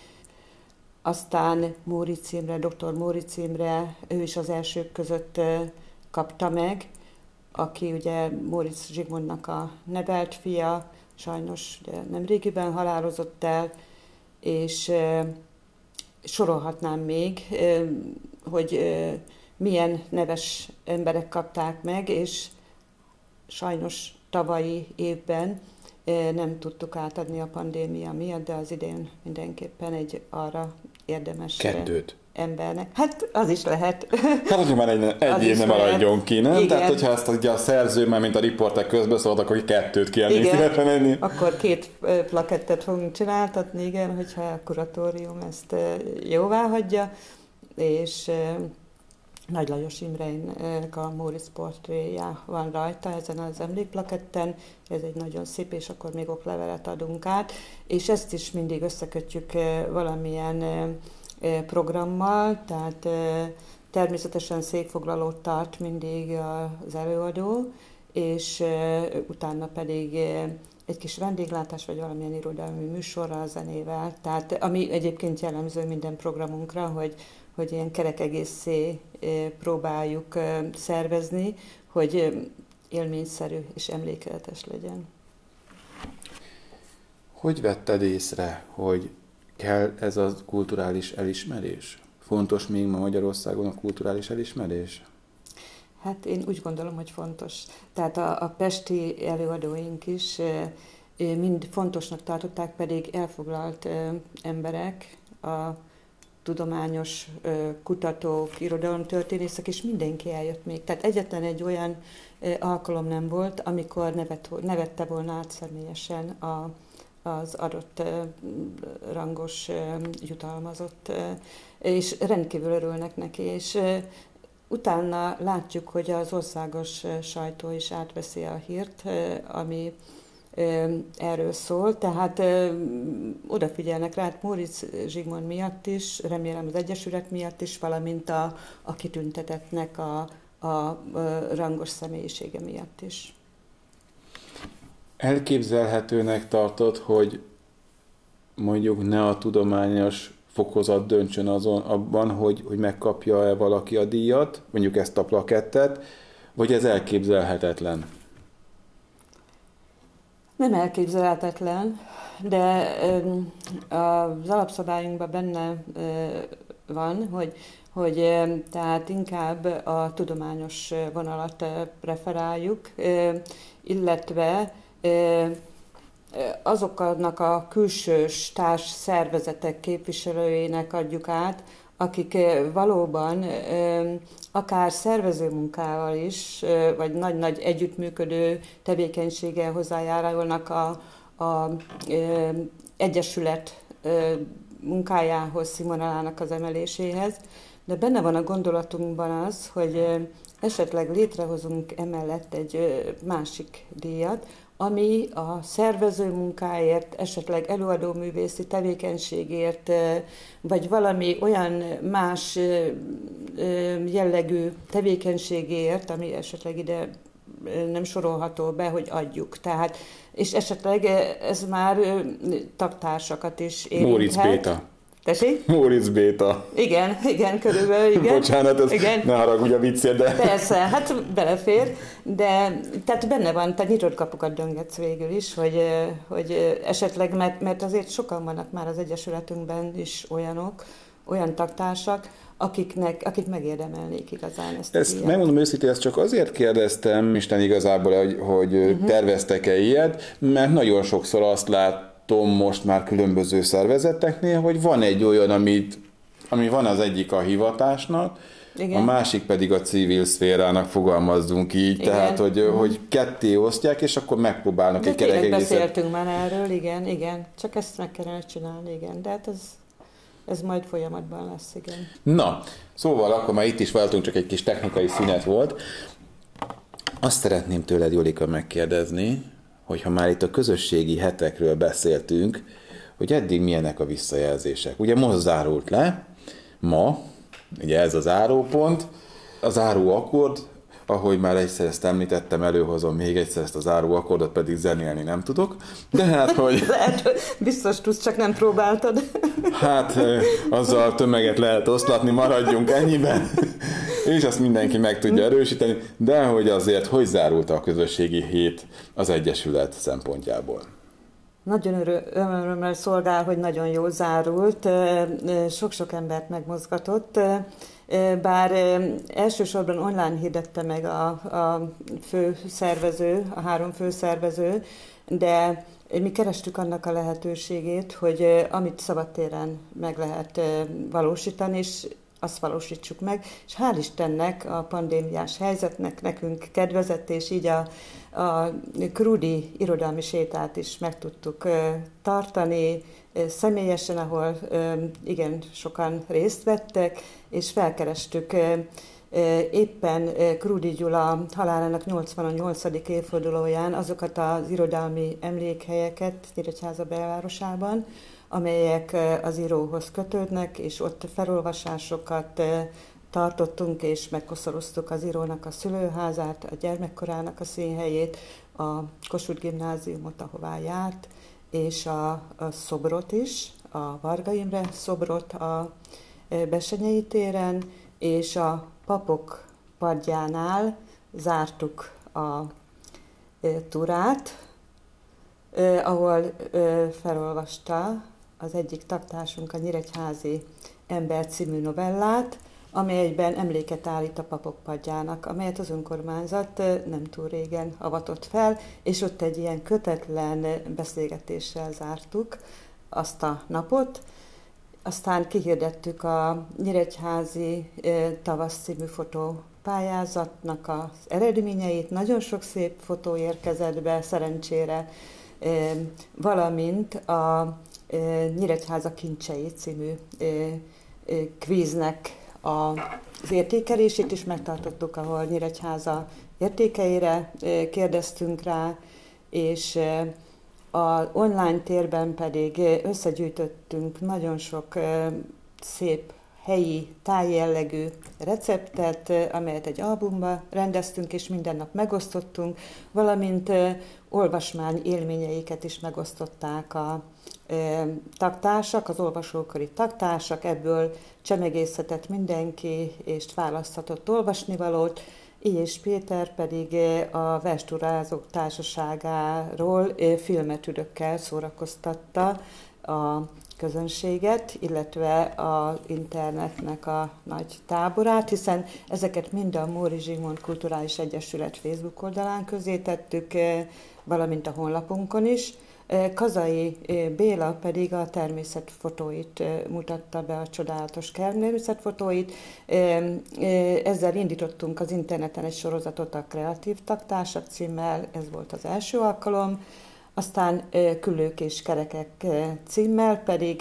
Speaker 2: aztán Móricz Imre, dr. Móricz Imre, ő is az elsők között kapta meg, aki ugye Móricz Zsigmondnak a nevelt fia, sajnos nem régiben halálozott el, és sorolhatnám még, hogy milyen neves emberek kapták meg, és sajnos tavalyi évben nem tudtuk átadni a pandémia miatt, de az idén mindenképpen egy arra érdemes
Speaker 1: 2
Speaker 2: embernek. Hát az is lehet.
Speaker 1: Hát, hogy már egy év nem maradjon ki, nem?
Speaker 2: Igen.
Speaker 1: Tehát, hogyha ezt ugye a szerző, már mint a riportek közbeszólt, akkor 2 kérnénk szívesen enni.
Speaker 2: Akkor 2 plakettet fogunk csináltatni, igen, hogyha a kuratórium ezt jóvá hagyja, és Nagy Lajos Imrének a Móricz portréja van rajta ezen az emlékplaketten, ez egy nagyon szép, és akkor még oklevelet adunk át, és ezt is mindig összekötjük valamilyen programmal, tehát természetesen székfoglalót tart mindig az előadó, és utána pedig egy kis vendéglátás, vagy valamilyen irodalmi műsorral, zenével, tehát ami egyébként jellemző minden programunkra, hogy ilyen kerek egészé próbáljuk szervezni, hogy élményszerű és emlékezetes legyen.
Speaker 1: Hogy vetted észre, hogy kell ez a kulturális elismerés? Fontos még ma Magyarországon a kulturális elismerés?
Speaker 2: Hát én úgy gondolom, hogy fontos. Tehát a pesti előadóink is mind fontosnak tartották, pedig elfoglalt emberek, a tudományos kutatók, irodalomtörténészek, és mindenki eljött még. Tehát egyetlen egy olyan alkalom nem volt, amikor nevette volna át személyesen az adott rangos jutalmazott, és rendkívül örülnek neki, és utána látjuk, hogy az országos sajtó is átveszi a hírt, ami erről szól, tehát odafigyelnek rá, hát Móricz Zsigmond miatt is, remélem az Egyesület miatt is, valamint a kitüntetettnek a rangos személyisége miatt is.
Speaker 1: Elképzelhetőnek tartod, hogy mondjuk ne a tudományos fokozat döntsön abban, hogy megkapja-e valaki a díjat, mondjuk ezt a plakettet, vagy ez elképzelhetetlen?
Speaker 2: Nem elképzelhetetlen, de az alapszabályunkban benne van, hogy tehát inkább a tudományos vonalat preferáljuk, illetve azoknak a külsős társ szervezetek képviselőjének adjuk át, akik valóban akár szervező munkával is, vagy nagy-nagy együttműködő tevékenységgel hozzájárulnak a egyesület munkájához, színvonalának az emeléséhez, de benne van a gondolatunkban az, hogy esetleg létrehozunk emellett egy másik díjat, ami a szervező munkáért, esetleg előadóművészi tevékenységért, vagy valami olyan más jellegű tevékenységért, ami esetleg ide nem sorolható be, hogy adjuk. Tehát, és esetleg ez már tagtársakat is érinthet.
Speaker 1: Móricz Béta.
Speaker 2: Tessék?
Speaker 1: Móricz Béta.
Speaker 2: Igen, körülbelül, igen.
Speaker 1: Bocsánat, ez igen. Ne haragudj a viccér, de...
Speaker 2: Persze, hát belefér, de tehát benne van, tehát nyitott kapukat döngetsz végül is, hogy esetleg, mert azért sokan vannak már az Egyesületünkben is olyan tagtársak, akik megérdemelnék igazán ezt a díjat.
Speaker 1: Megmondom őszintén, ezt csak azért kérdeztem, Isten igazából, hogy terveztek-e ilyet, mert nagyon sokszor azt látom most már különböző szervezeteknél, hogy van egy olyan, ami van az egyik a hivatásnak, igen. A másik pedig a civil szférának, fogalmazzunk így, igen. Tehát, hogy ketté osztják, és akkor megpróbálnak egy kerek egészet.
Speaker 2: Beszéltünk már erről, igen. Csak ezt meg kellene csinálni, igen. De hát ez majd folyamatban lesz, igen.
Speaker 1: Na, szóval akkor már itt is váltunk, csak egy kis technikai szünet volt. Azt szeretném tőled, Jolika, megkérdezni, hogyha már itt a közösségi hetekről beszéltünk, hogy eddig milyenek a visszajelzések. Ugye most zárult le, ma, ugye ez a zárópont, a záróakkord, ahogy már egyszer ezt említettem, előhozom még egyszer ezt a záróakkordot, pedig zenélni nem tudok, de hát, hogy...
Speaker 2: Lehet, hogy biztos tudsz, csak nem próbáltad.
Speaker 1: Hát, azzal tömeget lehet oszlatni, maradjunk ennyiben, és azt mindenki meg tudja erősíteni, de hogy azért, hogy zárult a közösségi hét az Egyesület szempontjából?
Speaker 2: Nagyon örömmel szolgál, hogy nagyon jól zárult, sok-sok embert megmozgatott, bár elsősorban online hirdette meg a főszervező, a 3 főszervező, de mi kerestük annak a lehetőségét, hogy amit szabadtéren meg lehet valósítani, és azt valósítsuk meg, és hál' Istennek a pandémiás helyzetnek nekünk kedvezett, és így a Krúdi irodalmi sétát is meg tudtuk tartani személyesen, ahol igen sokan részt vettek, és felkerestük éppen Krúdi Gyula halálának 88. évfordulóján azokat az irodalmi emlékhelyeket Nyíregyháza belvárosában, amelyek az íróhoz kötődnek, és ott felolvasásokat tartottunk, és megkoszoroztuk az írónak a szülőházát, a gyermekkorának a színhelyét, a Kossuth gimnáziumot, ahová járt, és a szobrot is, a Varga Imre szobrot a Bessenyei téren, és a Papok padjánál zártuk a túrát, ahol felolvasta az egyik taktársunk a Nyíregyházi Ember című novellát, amelyben emléket állít a Papok padjának, amelyet az önkormányzat nem túl régen avatott fel, és ott egy ilyen kötetlen beszélgetéssel zártuk azt a napot. Aztán kihirdettük a Nyíregyházi Tavasz című fotópályázatnak az eredményeit, nagyon sok szép fotó érkezett be, szerencsére, valamint a Nyíregyháza kincsei című kvíznek az értékelését is megtartottuk, ahol Nyíregyháza értékeire kérdeztünk rá, és az online térben pedig összegyűjtöttünk nagyon sok szép helyi, tájjellegű receptet, amelyet egy albumba rendeztünk, és minden nap megosztottunk, valamint olvasmány élményeiket is megosztották a taktársak, az olvasókori taktársak, ebből csemegészhetett mindenki, és választhatott olvasnivalót, és Péter pedig a Verstúrázók Társaságáról filmetüdökkel szórakoztatta a közönséget, illetve az internetnek a nagy táborát, hiszen ezeket mind a Móricz Zsigmond Kulturális Egyesület Facebook oldalán közé tettük, valamint a honlapunkon is. Kazai Béla pedig a természetfotóit mutatta be, a csodálatos természetfotóit. Ezzel indítottunk az interneten egy sorozatot a Kreatív Taktársak címmel, ez volt az első alkalom. Aztán Küllők és kerekek címmel pedig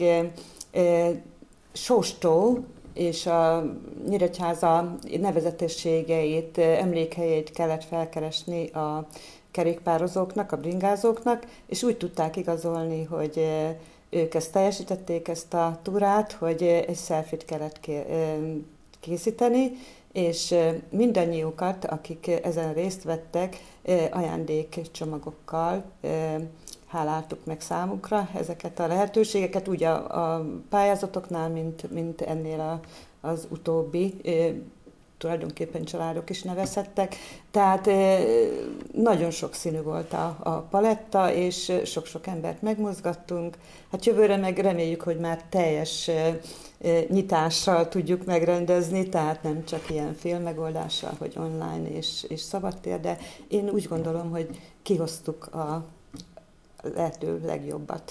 Speaker 2: Sóstó és a Nyíregyháza nevezetességeit, emlékhelyeit kellett felkeresni a kerékpározóknak, a bringázóknak, és úgy tudták igazolni, hogy ők ezt teljesítették, ezt a túrát, hogy egy selfie-t kellett készíteni, és mindannyiukat, akik ezen részt vettek, ajándékcsomagokkal háláltuk meg számukra ezeket a lehetőségeket, úgy a pályázatoknál, mint ennél az utóbbi, tulajdonképpen családok is nevezhettek. Tehát nagyon sokszínű volt a paletta, és sok-sok embert megmozgattunk. Hát jövőre meg reméljük, hogy már teljes nyitással tudjuk megrendezni, tehát nem csak ilyen félmegoldással, hogy online és szabadtér, de én úgy gondolom, hogy kihoztuk a lehető legjobbat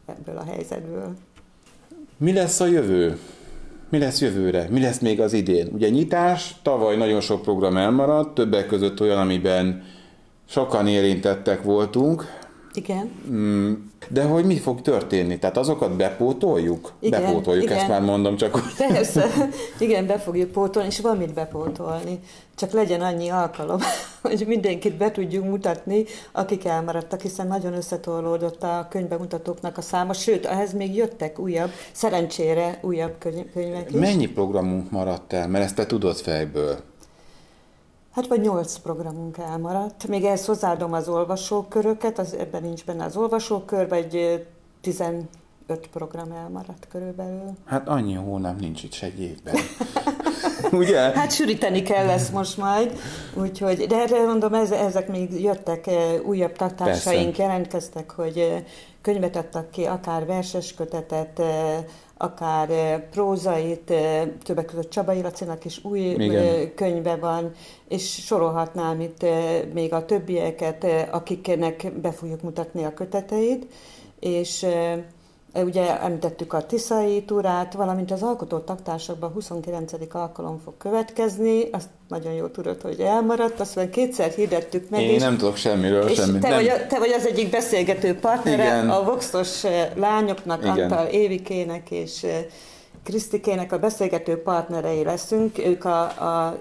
Speaker 2: ebből a helyzetből.
Speaker 1: Mi lesz a jövő? Mi lesz jövőre? Mi lesz még az idén? Ugye nyitás, tavaly nagyon sok program elmaradt, többek között olyan, amiben sokan érintettek voltunk.
Speaker 2: Igen.
Speaker 1: De hogy mi fog történni? Tehát azokat bepótoljuk?
Speaker 2: Igen,
Speaker 1: bepótoljuk,
Speaker 2: igen.
Speaker 1: Ezt már mondom csak úgy.
Speaker 2: Persze, igen, be fogjuk pótolni, és van mit bepótolni. Csak legyen annyi alkalom, hogy mindenkit be tudjunk mutatni, akik elmaradtak, hiszen nagyon összetorlódott a könyvbemutatóknak a száma, sőt, ehhez még jöttek szerencsére újabb könyvek is.
Speaker 1: Mennyi programunk maradt el? Mert ezt te tudod fejből.
Speaker 2: Hát vagy 8 programunk elmaradt. Még ehhez hozzáadom az olvasóköröket, ebben nincs benne az olvasókör, vagy 15 program elmaradt körülbelül.
Speaker 1: Hát annyi hónap nincs itt egy évben. Ugye?
Speaker 2: Hát sűríteni kell ezt most majd. Úgyhogy, de erre mondom, ezek még jöttek, újabb tartásaink jelentkeztek, hogy könyvet adtak ki, akár verses-kötetet, akár prózait, többek között Csabai Lacinak is új könyve van, és sorolhatnám itt még a többieket, akiknek be fogjuk mutatni a köteteit, és ugye említettük a Tiszai túrát, valamint az alkotó taktársakban 29. alkalom fog következni, azt nagyon jól tudod, hogy elmaradt, azt már kétszer hirdettük meg.
Speaker 1: Én nem tudok semmiről, semmit.
Speaker 2: Te vagy az egyik beszélgető partnere, igen. A Voxos lányoknak, igen. Antal Évikének és Krisztikének a beszélgető partnerei leszünk, ők a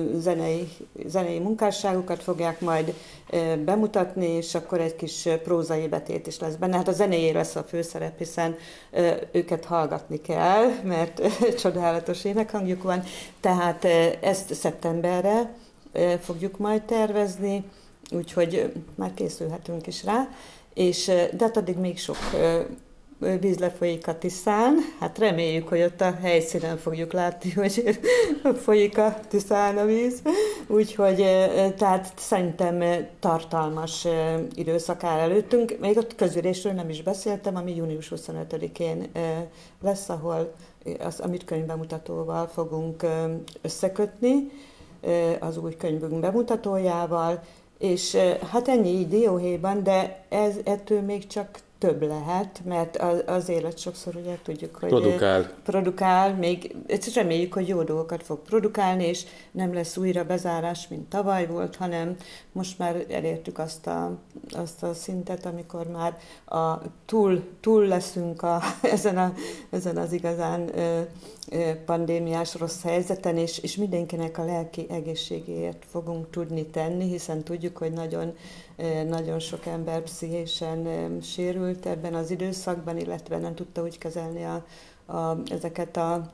Speaker 2: zenei munkásságukat fogják majd bemutatni, és akkor egy kis prózai betét is lesz benne. Hát a zenéjé lesz a főszerep, hiszen őket hallgatni kell, mert csodálatos énekhangjuk van, tehát ezt szeptemberre fogjuk majd tervezni, úgyhogy már készülhetünk is rá, de hát addig még sok víz lefolyik a Tiszán, hát reméljük, hogy ott a helyszínen fogjuk látni, hogy folyik a Tiszán a víz, úgyhogy tehát szerintem tartalmas időszak áll előttünk. Még a közülésről nem is beszéltem, ami június 25-én lesz, ahol amit könyvbemutatóval fogunk összekötni, az új könyvünk bemutatójával, és hát ennyi így dióhéjban, de ettől még csak több lehet, mert az élet sokszor ugye tudjuk, hogy produkál, még reméljük, hogy jó dolgokat fog produkálni, és nem lesz újra bezárás, mint tavaly volt, hanem most már elértük azt a szintet, amikor már túl leszünk ezen az igazán pandémiás rossz helyzeten, és mindenkinek a lelki egészségéért fogunk tudni tenni, hiszen tudjuk, hogy nagyon sok ember pszichésen sérült ebben az időszakban, illetve nem tudta úgy kezelni ezeket a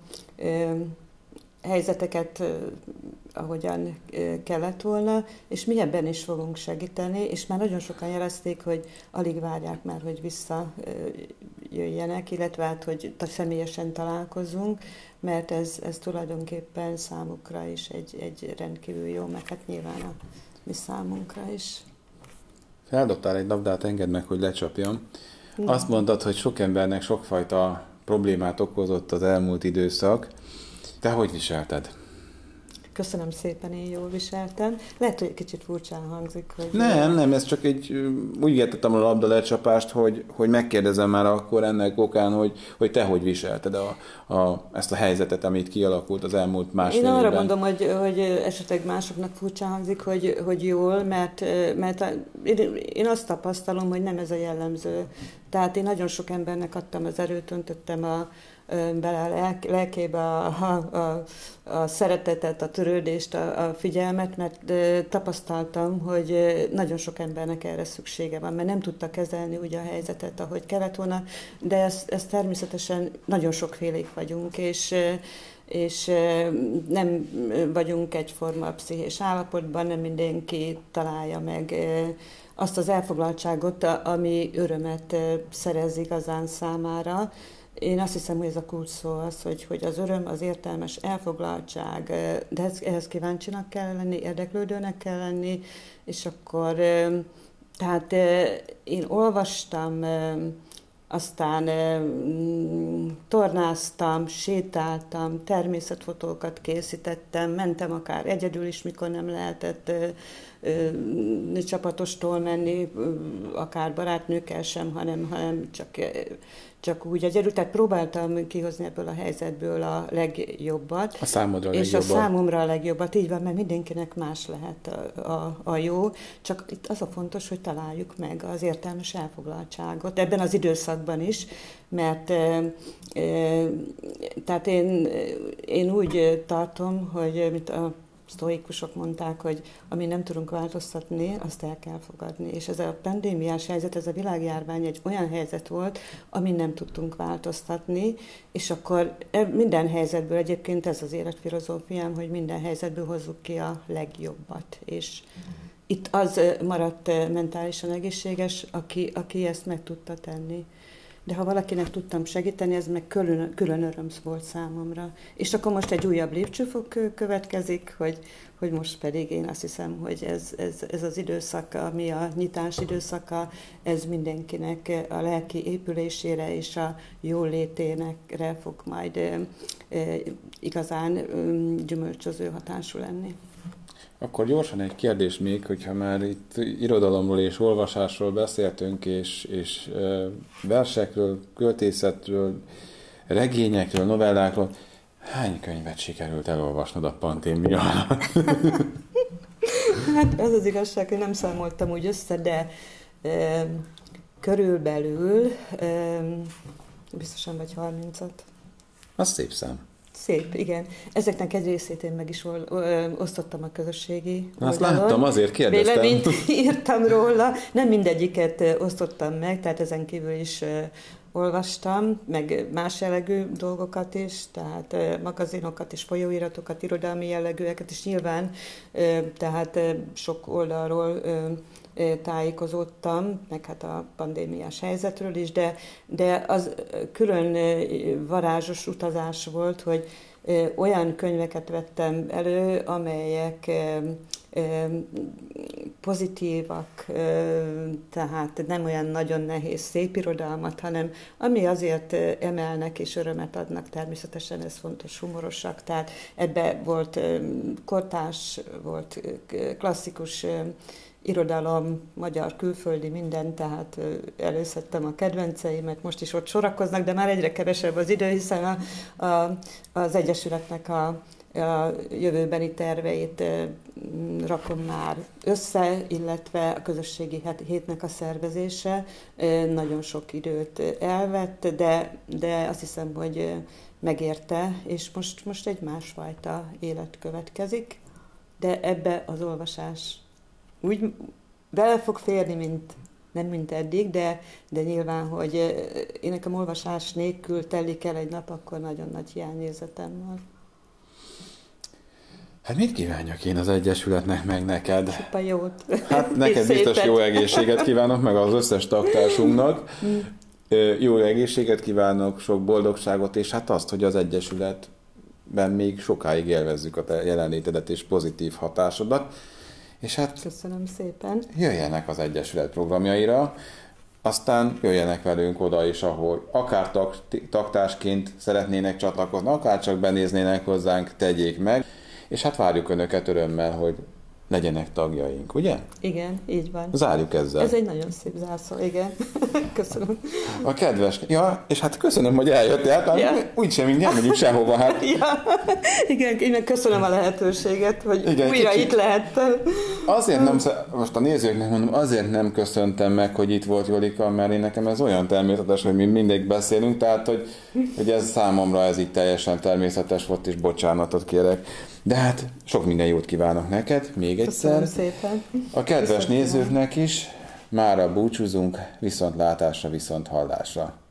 Speaker 2: helyzeteket, ahogyan kellett volna, és mi ebben is fogunk segíteni, és már nagyon sokan jelezték, hogy alig várják már, hogy visszajöjjenek, illetve hát, hogy személyesen találkozunk, mert ez tulajdonképpen számukra is egy rendkívül jó, meg hát nyilván a mi számunkra is.
Speaker 1: Feldobtál egy labdát, engedd meg, hogy lecsapjam. Azt mondtad, hogy sok embernek sokfajta problémát okozott az elmúlt időszak. Te hogy viselted?
Speaker 2: Köszönöm szépen, én jól viseltem. Lehet, hogy egy kicsit furcsán hangzik, hogy...
Speaker 1: Nem, ez csak úgy értettem a labda lecsapást, hogy megkérdezem már akkor ennek okán, hogy te hogy viselted ezt a helyzetet, amit kialakult az elmúlt másfél évben.
Speaker 2: Én arra mondom, hogy esetleg másoknak furcsán hangzik, hogy jól, mert én azt tapasztalom, hogy nem ez a jellemző. Tehát én nagyon sok embernek adtam az erőt, öntöttem bele a lelkébe a szeretetet, a törődést, a figyelmet, mert tapasztaltam, hogy nagyon sok embernek erre szüksége van, mert nem tudta kezelni úgy a helyzetet, ahogy kellett volna, de ez természetesen nagyon sokfélék vagyunk, és nem vagyunk egyforma pszichés állapotban, nem mindenki találja meg azt az elfoglaltságot, ami örömet szerez igazán számára. Én azt hiszem, hogy ez a kulcs szó az, hogy az öröm, az értelmes elfoglaltság, de ehhez kíváncsinak kell lenni, érdeklődőnek kell lenni, és akkor tehát én olvastam, aztán tornáztam, sétáltam, természetfotókat készítettem, mentem akár egyedül is, mikor nem lehetett csapatostól menni, akár barátnőkkel sem, hanem csak úgy egyedül. Tehát próbáltam kihozni ebből a helyzetből a legjobbat.
Speaker 1: A számodra a legjobbat.
Speaker 2: És a számomra a legjobbat, így van, mert mindenkinek más lehet a jó. Csak itt az a fontos, hogy találjuk meg az értelmes elfoglaltságot ebben az időszakban is, mert tehát én úgy tartom, hogy mint a sztoikusok mondták, hogy ami nem tudunk változtatni, azt el kell fogadni. És ez a pandémiás helyzet, ez a világjárvány egy olyan helyzet volt, amin nem tudtunk változtatni, és akkor minden helyzetből, egyébként ez az életfilozófiám, hogy minden helyzetből hozzuk ki a legjobbat. És itt az maradt mentálisan egészséges, aki ezt meg tudta tenni. De ha valakinek tudtam segíteni, ez meg külön öröm volt számomra. És akkor most egy újabb lépcsőfok következik, hogy most pedig én azt hiszem, hogy ez az időszak, ami a nyitás időszaka, ez mindenkinek a lelki épülésére és a jóléténekre fog majd igazán gyümölcsöző hatású lenni.
Speaker 1: Akkor gyorsan egy kérdés még, hogyha már itt irodalomról és olvasásról beszéltünk, és versekről, költészetről, regényekről, novellákról, hány könyvet sikerült elolvasnod a pandémia alatt?
Speaker 2: Hát az az igazság, hogy nem számoltam úgy össze, de körülbelül biztosan vagy 30-at.
Speaker 1: Az szép szám.
Speaker 2: Szép, igen. Ezeknek egy részét én meg is osztottam a közösségi oldalon.
Speaker 1: Azt láttam, azért kérdeztem.
Speaker 2: Véleményt írtam róla. Nem mindegyiket osztottam meg, tehát ezen kívül is olvastam, meg más jellegű dolgokat is, tehát magazinokat és folyóiratokat, irodalmi jellegűeket is nyilván, tehát sok oldalról tájékozódtam, meg hát a pandémiás helyzetről is, de az külön varázsos utazás volt, hogy olyan könyveket vettem elő, amelyek pozitívak, tehát nem olyan nagyon nehéz szép irodalmat, hanem ami azért emelnek és örömet adnak, természetesen ez fontos, humorosak, tehát ebbe volt kortárs, volt klasszikus irodalom, magyar, külföldi, minden, tehát előszedtem a kedvenceimet, most is ott sorakoznak, de már egyre kevesebb az idő, hiszen az Egyesületnek a jövőbeni terveit rakom már össze, illetve a közösségi hétnek a szervezése nagyon sok időt elvett, de azt hiszem, hogy megérte, és most egy másfajta élet következik, de ebbe az olvasás úgy bele fog férni, nem mint eddig, de nyilván, hogy én nekem olvasás nélkül telik el egy nap, akkor nagyon nagy hiányérzetem van.
Speaker 1: Hát mit kívánjak én az Egyesületnek, meg neked?
Speaker 2: Csupa jót.
Speaker 1: Hát neked biztos jó egészséget kívánok, meg az összes tagtársunknak. Jó egészséget kívánok, sok boldogságot, és hát azt, hogy az Egyesületben még sokáig élvezzük a te jelenlétedet és pozitív hatásodat. És hát
Speaker 2: köszönöm szépen.
Speaker 1: Jöjjenek az Egyesület programjaira, aztán jöjjenek velünk oda is, ahol akár tagtársként szeretnének csatlakozni, akár csak benéznének hozzánk, tegyék meg, és hát várjuk Önöket örömmel, hogy legyenek tagjaink, ugye?
Speaker 2: Igen, így van.
Speaker 1: Zárjuk ezzel.
Speaker 2: Ez egy nagyon szép zárszó, igen. Köszönöm.
Speaker 1: A kedves, ja, és hát köszönöm, hogy eljöttél, hát ja. Úgysem nem megyünk sehova, hát.
Speaker 2: Ja. Igen, én köszönöm a lehetőséget, hogy igen, újra itt lehettem.
Speaker 1: Azért nem, most a nézőknek mondom, azért nem köszöntem meg, hogy itt volt Jolika, mert én nekem ez olyan természetes, hogy mi mindig beszélünk, tehát, hogy ez számomra ez így teljesen természetes volt, és bocsánatot kérek. De hát sok minden jót kívánok neked, még egyszer.
Speaker 2: Köszönöm szépen.
Speaker 1: A kedves nézőknek is, mára búcsúzunk, viszontlátásra, viszont hallásra.